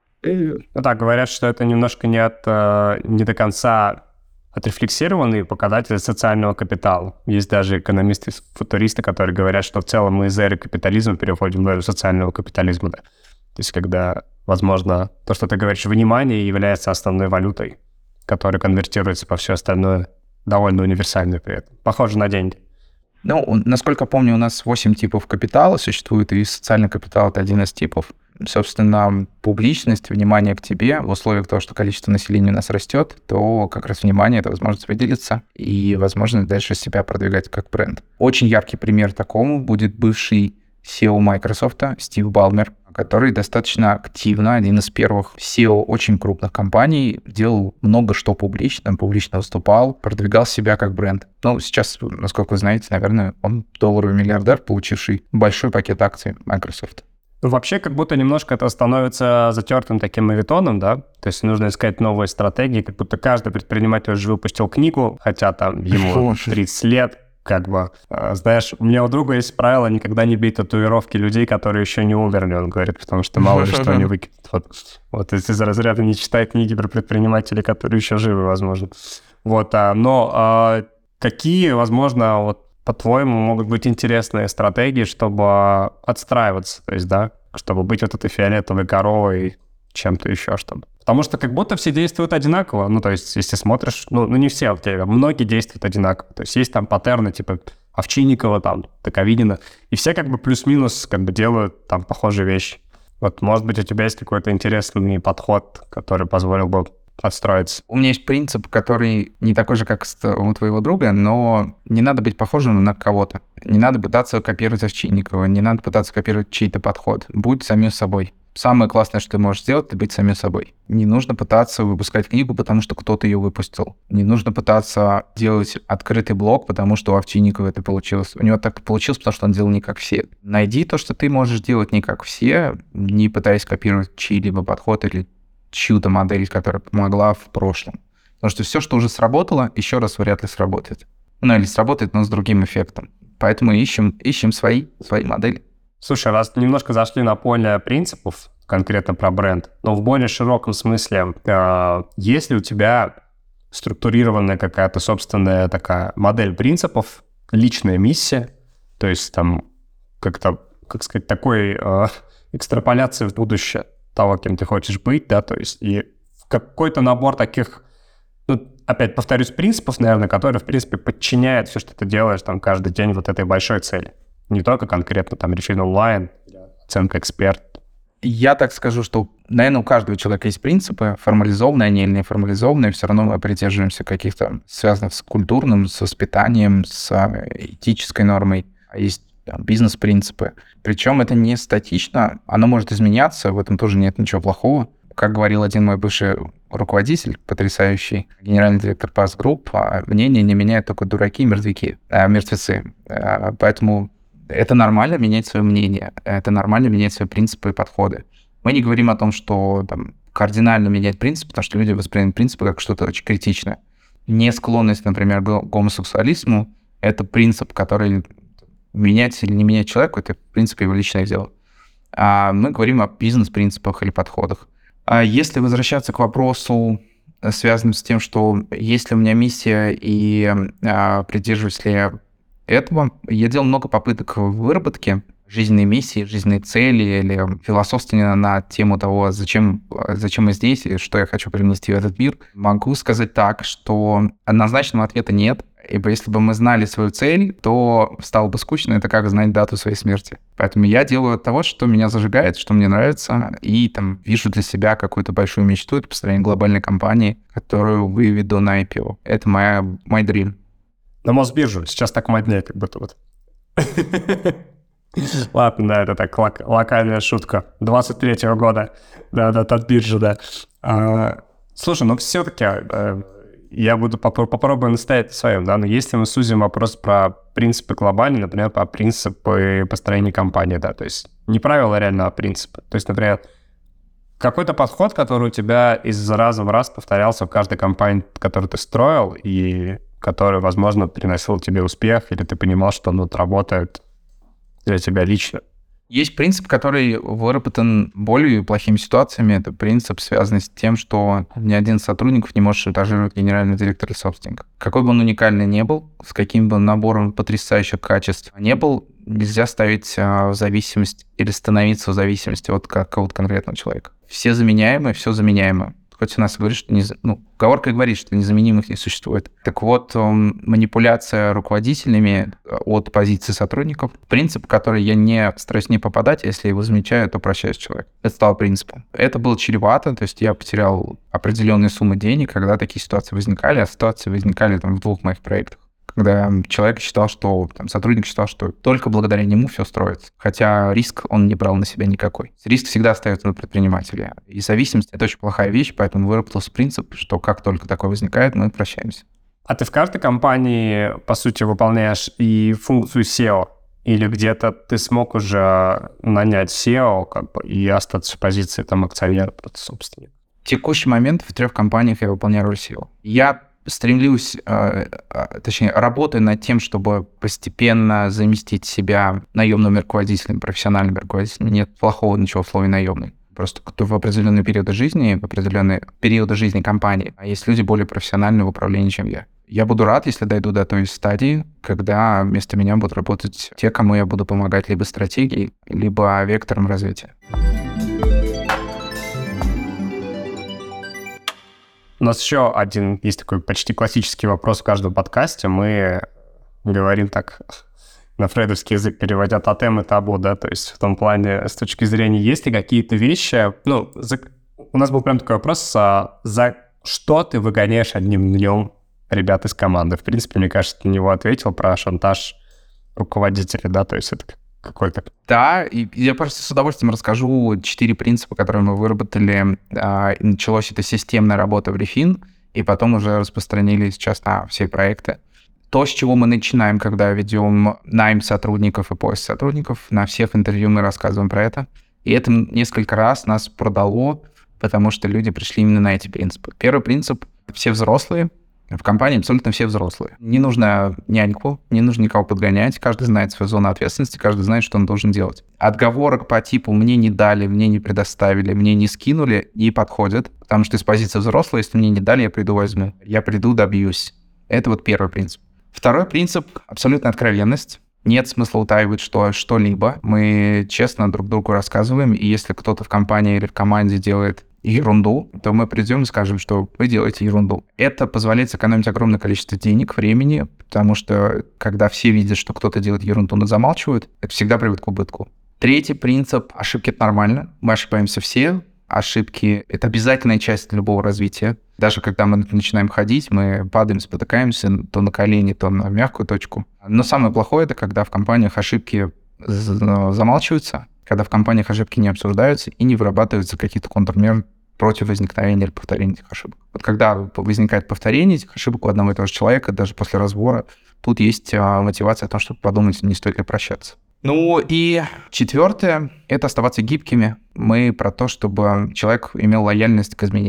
Ну да, говорят, что это немножко не, от, не до конца отрефлексированные показатели социального капитала. Есть даже экономисты-футуристы, которые говорят, что в целом мы из эры капитализма переходим в эру социального капитализма. Да. То есть когда, возможно, то, что ты говоришь, внимание является основной валютой, которая конвертируется по все остальное, довольно универсальной при этом. Похоже на деньги. Ну, насколько помню, у нас восемь типов капитала существует, и социальный капитал — это один из типов. Собственно, публичность, внимание к тебе в условиях того, что количество населения у нас растет, то как раз внимание — это возможность выделиться и возможность дальше себя продвигать как бренд. Очень яркий пример такому будет бывший си и о Microsoft Стив Балмер, который достаточно активно, один из первых си и о очень крупных компаний, делал много что публично, публично выступал, продвигал себя как бренд. Ну, сейчас, насколько вы знаете, наверное, он долларовый миллиардер, получивший большой пакет акций Microsoft. Вообще, как будто немножко это становится затертым таким мавитоном, да? То есть нужно искать новые стратегии, как будто каждый предприниматель уже выпустил книгу, хотя там ему тридцать лет, как бы, знаешь, у меня у друга есть правило никогда не бить татуировки людей, которые еще не умерли, он говорит, потому что мало ли что они выкинут. Вот, вот из разряда не читай книги про предпринимателей, которые еще живы, возможно. Вот, а, но а, какие, возможно, вот по-твоему, могут быть интересные стратегии, чтобы отстраиваться, то есть, да, чтобы быть вот этой фиолетовой коровой, чем-то еще что-то. Потому что как будто все действуют одинаково. Ну, то есть, если смотришь, ну, ну не все, окей, многие действуют одинаково. То есть, есть там паттерны, типа Овчинникова, там, Токовидина, и все как бы плюс-минус как бы делают там похожие вещи. Вот, может быть, у тебя есть какой-то интересный подход, который позволил бы отстроиться? У меня есть принцип, который не такой же, как у твоего друга, но не надо быть похожим на кого-то. Не надо пытаться копировать Овчинникова, не надо пытаться копировать чей-то подход. Будь самим собой. Самое классное, что ты можешь сделать, это быть самим собой. Не нужно пытаться выпускать книгу, потому что кто-то ее выпустил. Не нужно пытаться делать открытый блог, потому что у Овчинникова это получилось. У него так получилось, потому что он делал не как все. Найди то, что ты можешь делать не как все, не пытаясь копировать чей-либо подход или чью-то модель, которая помогла в прошлом. Потому что все, что уже сработало, еще раз вряд ли сработает. Ну, или сработает, но с другим эффектом. Поэтому ищем, ищем свои, свои модели. Слушай, раз немножко зашли на поле принципов, конкретно про бренд, но в более широком смысле, э, есть ли у тебя структурированная какая-то собственная такая модель принципов, личная миссия, то есть там как-то, как сказать, такой э, экстраполяции в будущее того, кем ты хочешь быть, да, то есть и какой-то набор таких, ну, опять повторюсь, принципов, наверное, которые, в принципе, подчиняют все, что ты делаешь там каждый день вот этой большой цели. Не только конкретно там Refine онлайн, оценка эксперт. Я так скажу, что, наверное, у каждого человека есть принципы, формализованные они или неформализованные, все равно мы придерживаемся каких-то связанных с культурным, с воспитанием, с этической нормой. Есть бизнес-принципы. Причем это не статично, оно может изменяться, в этом тоже нет ничего плохого. Как говорил один мой бывший руководитель, потрясающий генеральный директор Pass Group, мнение не меняют только дураки и мертвяки, а, мертвецы. А, поэтому это нормально менять свое мнение, это нормально менять свои принципы и подходы. Мы не говорим о том, что там, кардинально менять принципы, потому что люди воспринимают принципы как что-то очень критичное. Не склонность, например, к гомосексуализму — это принцип, который менять или не менять человеку, это, в принципе, его личное дело. А мы говорим о бизнес-принципах или подходах. А если возвращаться к вопросу, связанным с тем, что есть ли у меня миссия и а, придерживаюсь ли я этого, я делал много попыток в выработке жизненной миссии, жизненной цели или философствования на тему того, зачем, зачем мы здесь и что я хочу привнести в этот мир. Могу сказать так, что однозначного ответа нет, ибо если бы мы знали свою цель, то стало бы скучно, это как знать дату своей смерти. Поэтому я делаю от того, что меня зажигает, что мне нравится, и там вижу для себя какую-то большую мечту, это построение глобальной компании, которую выведу на ай пи о. Это моя, мой dream. На Мосбиржу сейчас так моднее, как будто вот. Ладно, да, это так, лок- локальная шутка. двадцать третьего года, да, да, от биржи, да. А, слушай, ну все-таки а, я буду попро- попробую настоять на своем, да, но если мы сузим вопрос про принципы глобальные, например, про принципы построения компании, да, то есть не правила реально, а принципы. То есть, например, какой-то подход, который у тебя из раза в раз повторялся в каждой компании, которую ты строил, и который, возможно, приносил тебе успех, или ты понимал, что он вот работает для тебя лично. Есть принцип, который выработан болью и плохими ситуациями. Это принцип, связанный с тем, что ни один из сотрудников не может шантажировать генерального директора или собственника. Какой бы он уникальный ни был, с каким бы набором потрясающих качеств не был, нельзя ставить в зависимость или становиться в зависимости от какого-то конкретного человека. Все заменяемы, все заменяемо. Хоть у нас говорит, что не, ну, поговорка говорит, что незаменимых не существует. Так вот, манипуляция руководителями от позиции сотрудников, принцип, который я не стараюсь не попадать, если я его замечаю, то прощаюсь человек. Это стало принципом. Это было чревато, то есть я потерял определенные суммы денег, когда такие ситуации возникали, а ситуации возникали там в двух моих проектах. Когда человек считал, что, там, сотрудник считал, что только благодаря нему все строится. Хотя риск он не брал на себя никакой. Риск всегда остается на предпринимателе. И зависимость — это очень плохая вещь, поэтому выработался принцип, что как только такое возникает, мы прощаемся. А ты в каждой компании, по сути, выполняешь и функцию сео? Или где-то ты смог уже нанять сео как бы, и остаться в позиции там, акционера, собственника? В текущий момент в трех компаниях я выполняю роль сео. Я стремлюсь, э, точнее, работаю над тем, чтобы постепенно заместить себя наемным руководителем, профессиональным руководителем. Нет плохого ничего в слове наемный. Просто кто в определенные периоды жизни, в определенные периоды жизни компании, а есть люди более профессиональные в управлении, чем я. Я буду рад, если дойду до той стадии, когда вместо меня будут работать те, кому я буду помогать либо стратегией, либо вектором развития. У нас еще один есть такой почти классический вопрос в каждом подкасте. Мы говорим так, на фрейдовский язык переводя тотем и табу, да, то есть в том плане, с точки зрения, есть ли какие-то вещи, ну, за... у нас был прям такой вопрос, а, за что ты выгоняешь одним днем ребят из команды? В принципе, мне кажется, ты на него ответил про шантаж руководителя, да, то есть это какой-то... Да, и я просто с удовольствием расскажу четыре принципа, которые мы выработали. И началось это системная работа в Refin, и потом уже распространили сейчас на все проекты. То, с чего мы начинаем, когда ведем найм сотрудников и поиск сотрудников, на всех интервью мы рассказываем про это. И это несколько раз нас продало, потому что люди пришли именно на эти принципы. Первый принцип — все взрослые. В компании абсолютно все взрослые. Не нужно няньку, не нужно никого подгонять. Каждый знает свою зону ответственности, каждый знает, что он должен делать. Отговорок по типу «мне не дали», «мне не предоставили», «мне не скинули» не подходят, потому что из позиции взрослого, если мне не дали, я приду возьму. Я приду, добьюсь. Это вот первый принцип. Второй принцип — абсолютная откровенность. Нет смысла утаивать что, что-либо. Мы честно друг другу рассказываем, и если кто-то в компании или в команде делает ерунду, то мы придем и скажем, что вы делаете ерунду. Это позволяет сэкономить огромное количество денег, времени, потому что когда все видят, что кто-то делает ерунду, но замалчивают, это всегда приводит к убытку. Третий принцип — ошибки — это нормально. Мы ошибаемся все. Ошибки — это обязательная часть любого развития. Даже когда мы начинаем ходить, мы падаем, спотыкаемся то на колени, то на мягкую точку. Но самое плохое — это когда в компаниях ошибки замалчиваются, когда в компаниях ошибки не обсуждаются и не вырабатываются какие-то контрмеры против возникновения или повторения этих ошибок. Вот когда возникает повторение этих ошибок у одного и того же человека, даже после разбора, тут есть мотивация о том, чтобы подумать, не стоит ли прощаться. Ну и четвертое — это оставаться гибкими. Мы про то, чтобы человек имел лояльность к изменениям.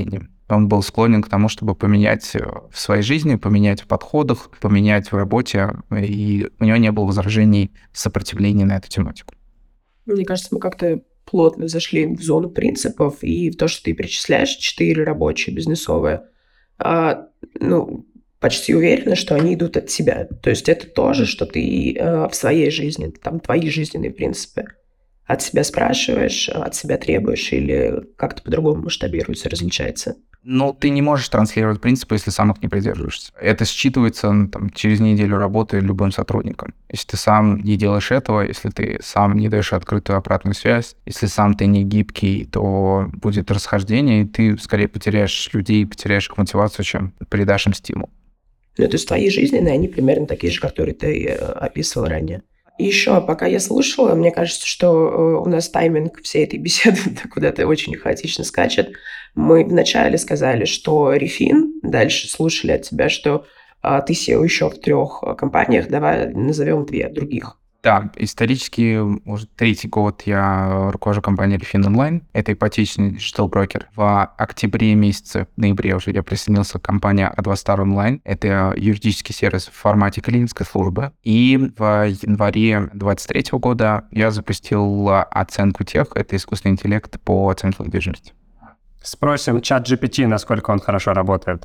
он был склонен к тому, чтобы поменять в своей жизни, поменять в подходах, поменять в работе, и у него не было возражений, сопротивления на эту тематику. Мне кажется, мы как-то плотно зашли в зону принципов, и в то, что ты перечисляешь, четыре рабочие, бизнесовые, а, ну, почти уверена, что они идут от тебя. То есть это тоже, что ты а, в своей жизни, там твои жизненные принципы от себя спрашиваешь, от себя требуешь или как-то по-другому масштабируется, различается? Ну, ты не можешь транслировать принципы, если сам их не придерживаешься. Это считывается ну, там, через неделю работы любым сотрудником. Если ты сам не делаешь этого, если ты сам не даешь открытую обратную связь, если сам ты не гибкий, то будет расхождение, и ты скорее потеряешь людей, потеряешь их мотивацию, чем придашь им стимул. Ну, то есть твои жизненные, они примерно такие же, которые ты описывал ранее. И еще, пока я слушала, мне кажется, что у нас тайминг всей этой беседы куда-то очень хаотично скачет. Мы вначале сказали, что Refin, дальше слушали от тебя, что а, ты сео еще в трех компаниях, давай назовем две других. Да, исторически уже третий год я руковожу компанией Refin Online. Это ипотечный диджитал-брокер. В октябре месяце, в ноябре уже я присоединился к компании Advastar Online. Это юридический сервис в формате клиентской службы. И в январе двадцать третьего года я запустил оценку тех, это искусственный интеллект по оценке недвижимости. Спросим чат джи пи ти, насколько он хорошо работает.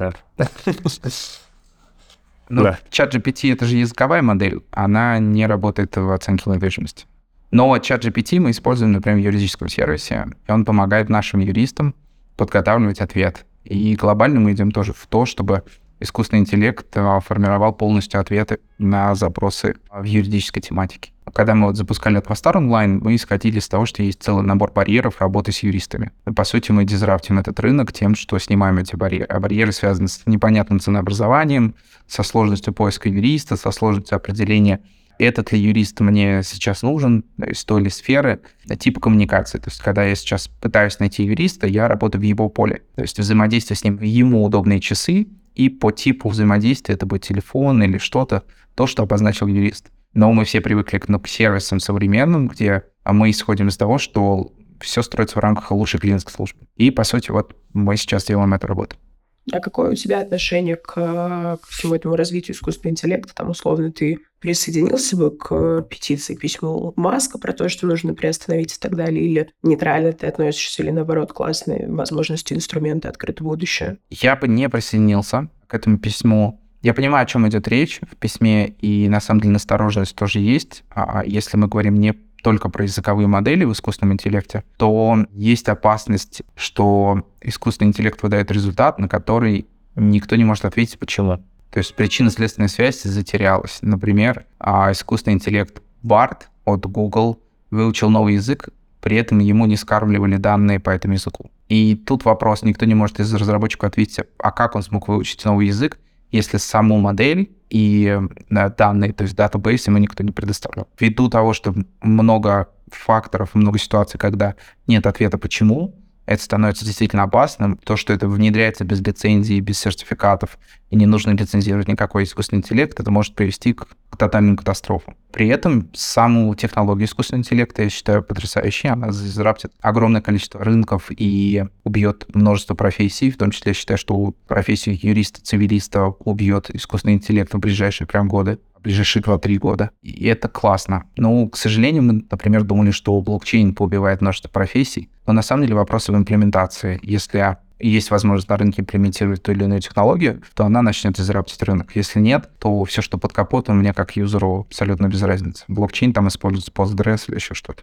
Ну, да. чат джи пи ти — это же языковая модель, она не работает в оценке недвижимости. Но чат джи пи ти мы используем, например, в юридическом сервисе, и он помогает нашим юристам подготавливать ответ. И глобально мы идем тоже в то, чтобы искусственный интеллект формировал полностью ответы на запросы в юридической тематике. Когда мы вот запускали Advastar Online, мы исходили из того, что есть целый набор барьеров работы с юристами. И, по сути, мы дизраптим этот рынок тем, что снимаем эти барьеры. А барьеры связаны с непонятным ценообразованием, со сложностью поиска юриста, со сложностью определения, этот ли юрист мне сейчас нужен, из той ли сферы, типа коммуникации. То есть, когда я сейчас пытаюсь найти юриста, я работаю в его поле. То есть, взаимодействие с ним в ему удобные часы, и по типу взаимодействия, это будет телефон или что-то, то, что обозначил юрист. Но мы все привыкли к, ну, к сервисам современным, где мы исходим из того, что все строится в рамках лучшей клиентской службы. И, по сути, вот мы сейчас делаем эту работу. А какое у тебя отношение к, к всему этому развитию искусственного интеллекта? Там, условно, ты присоединился бы к петиции, к письму Маска про то, что нужно приостановить и так далее? Или нейтрально ты относишься, или, наоборот, классные возможности, инструменты, открытое будущее? Я бы не присоединился к этому письму. Я понимаю, о чем идет речь в письме, и на самом деле настороженность тоже есть. А если мы говорим не только про языковые модели в искусственном интеллекте, то есть опасность, что искусственный интеллект выдает результат, на который никто не может ответить, почему. То есть причинно-следственная связь затерялась. Например, искусственный интеллект Bard от Google выучил новый язык, при этом ему не скармливали данные по этому языку. И тут вопрос, никто не может из разработчиков ответить, а как он смог выучить новый язык, если саму модель и данные, то есть датабейс, ему никто не предоставлял. Ввиду того, что много факторов, много ситуаций, когда нет ответа «почему», это становится действительно опасным. То, что это внедряется без лицензии, без сертификатов, и не нужно лицензировать никакой искусственный интеллект, это может привести к, к тотальным катастрофам. При этом саму технологию искусственного интеллекта я считаю потрясающей. Она дизраптит огромное количество рынков и убьет множество профессий. В том числе я считаю, что профессию юриста, цивилиста убьет искусственный интеллект в ближайшие прям годы. ближайшие два-три года. И это классно. Но, к сожалению, мы, например, думали, что блокчейн поубивает множество профессий, но на самом деле вопрос в имплементации. Если есть возможность на рынке имплементировать ту или иную технологию, то она начнет дизраптить рынок. Если нет, то все, что под капотом, мне как юзеру абсолютно без разницы. Блокчейн там используется Postgres или еще что-то.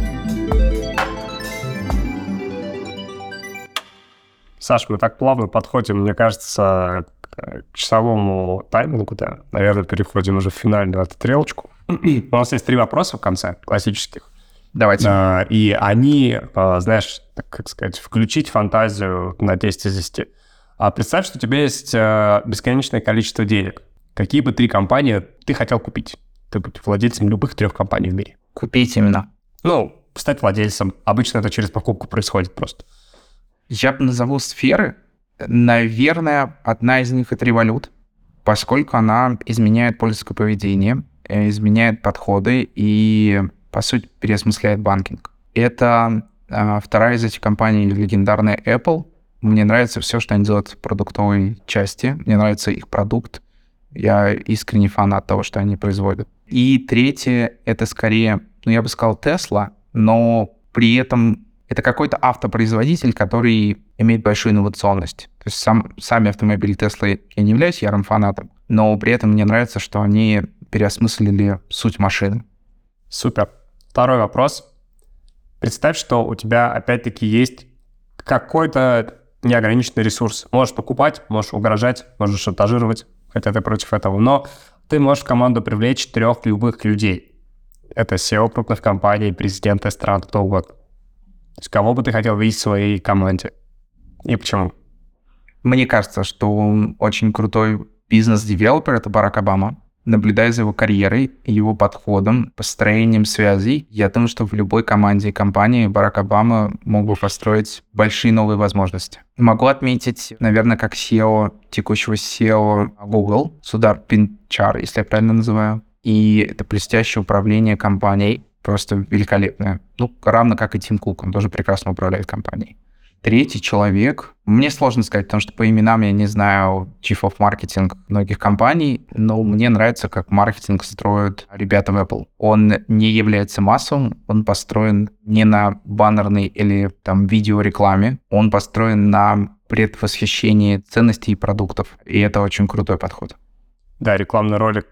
Саш, мы так плавно подходим, мне кажется, к часовому таймингу, да. Наверное, переходим уже в финальную отстрелочку. У нас есть три вопроса в конце, классических. Давайте. А, и они, а, знаешь, так, как сказать, включить фантазию на десять из десяти. А представь, что у тебя есть а, бесконечное количество денег. Какие бы три компании ты хотел купить? Ты будешь владельцем любых трех компаний в мире. Купить именно. Ну, стать владельцем. Обычно это через покупку происходит просто. Я бы назову сферы. Наверное, одна из них — это Revolut, поскольку она изменяет пользовательское поведение, изменяет подходы и, по сути, переосмысляет банкинг. Это а, вторая из этих компаний, легендарная Apple, Мне нравится все, что они делают в продуктовой части. Мне нравится их продукт. Я искренне фанат того, что они производят. И третье — это скорее, ну, я бы сказал, Tesla, но при этом это какой-то автопроизводитель, который имеет большую инновационность. То есть сам, сами автомобили Tesla я не являюсь ярым фанатом, но при этом мне нравится, что они переосмыслили суть машины. Супер. Второй вопрос. Представь, что у тебя опять-таки есть какой-то неограниченный ресурс. Можешь покупать, можешь угрожать, можешь шантажировать, хотя ты против этого, но ты можешь в команду привлечь трех любых людей. Это си и о крупных компаний, президенты стран, кто угодно. То есть кого бы ты хотел видеть в своей команде? И почему? Мне кажется, что он очень крутой бизнес-девелопер — это Барак Обама. Наблюдая за его карьерой, его подходом, построением связей, я думаю, что в любой команде и компании Барак Обама мог бы построить большие новые возможности. Могу отметить, наверное, как си и о, текущего си и о Google, Судар Пинчар, если я правильно называю. И это блестящее управление компанией, просто великолепное. Ну, равно как и Тим Кук, он тоже прекрасно управляет компанией. Третий человек, мне сложно сказать, потому что по именам я не знаю Chief of Marketing многих компаний, но мне нравится, как маркетинг строят ребята в Apple. Он не является массовым, он построен не на баннерной или там видеорекламе, он построен на предвосхищении ценностей и продуктов, и это очень крутой подход. Да, рекламный ролик,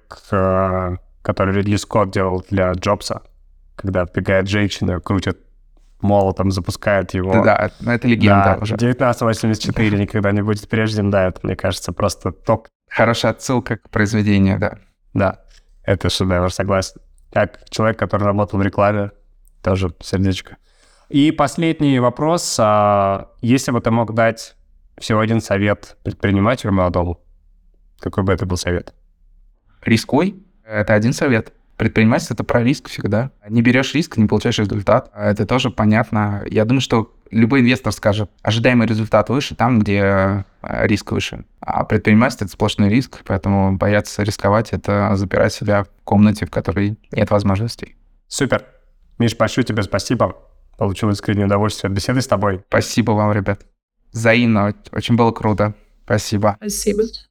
который Ридли Скотт делал для Джобса, когда вбегает женщина, крутит молотом, запускает его. Да, да, это легенда да, уже. девятнадцать восемьдесят четыре никогда не будет прежним, да, это, мне кажется, просто топ. Хорошая отсылка к произведению, да. Да, это шедевр, согласен. Как человек, который работал в рекламе, тоже сердечко. И последний вопрос. А, если бы ты мог дать всего один совет предпринимателю молодому, какой бы это был совет? Рискуй. Это один совет. Предпринимательство — это про риск всегда. Не берешь риск, не получаешь результат. Это тоже понятно. Я думаю, что любой инвестор скажет, ожидаемый результат выше там, где риск выше. А предпринимательство — это сплошной риск, поэтому бояться рисковать — это запирать себя в комнате, в которой нет возможностей. Супер. Миш, большое тебе спасибо. Получил искреннее удовольствие от беседы с тобой. Спасибо вам, ребят. Взаимно. Очень было круто. Спасибо. Спасибо.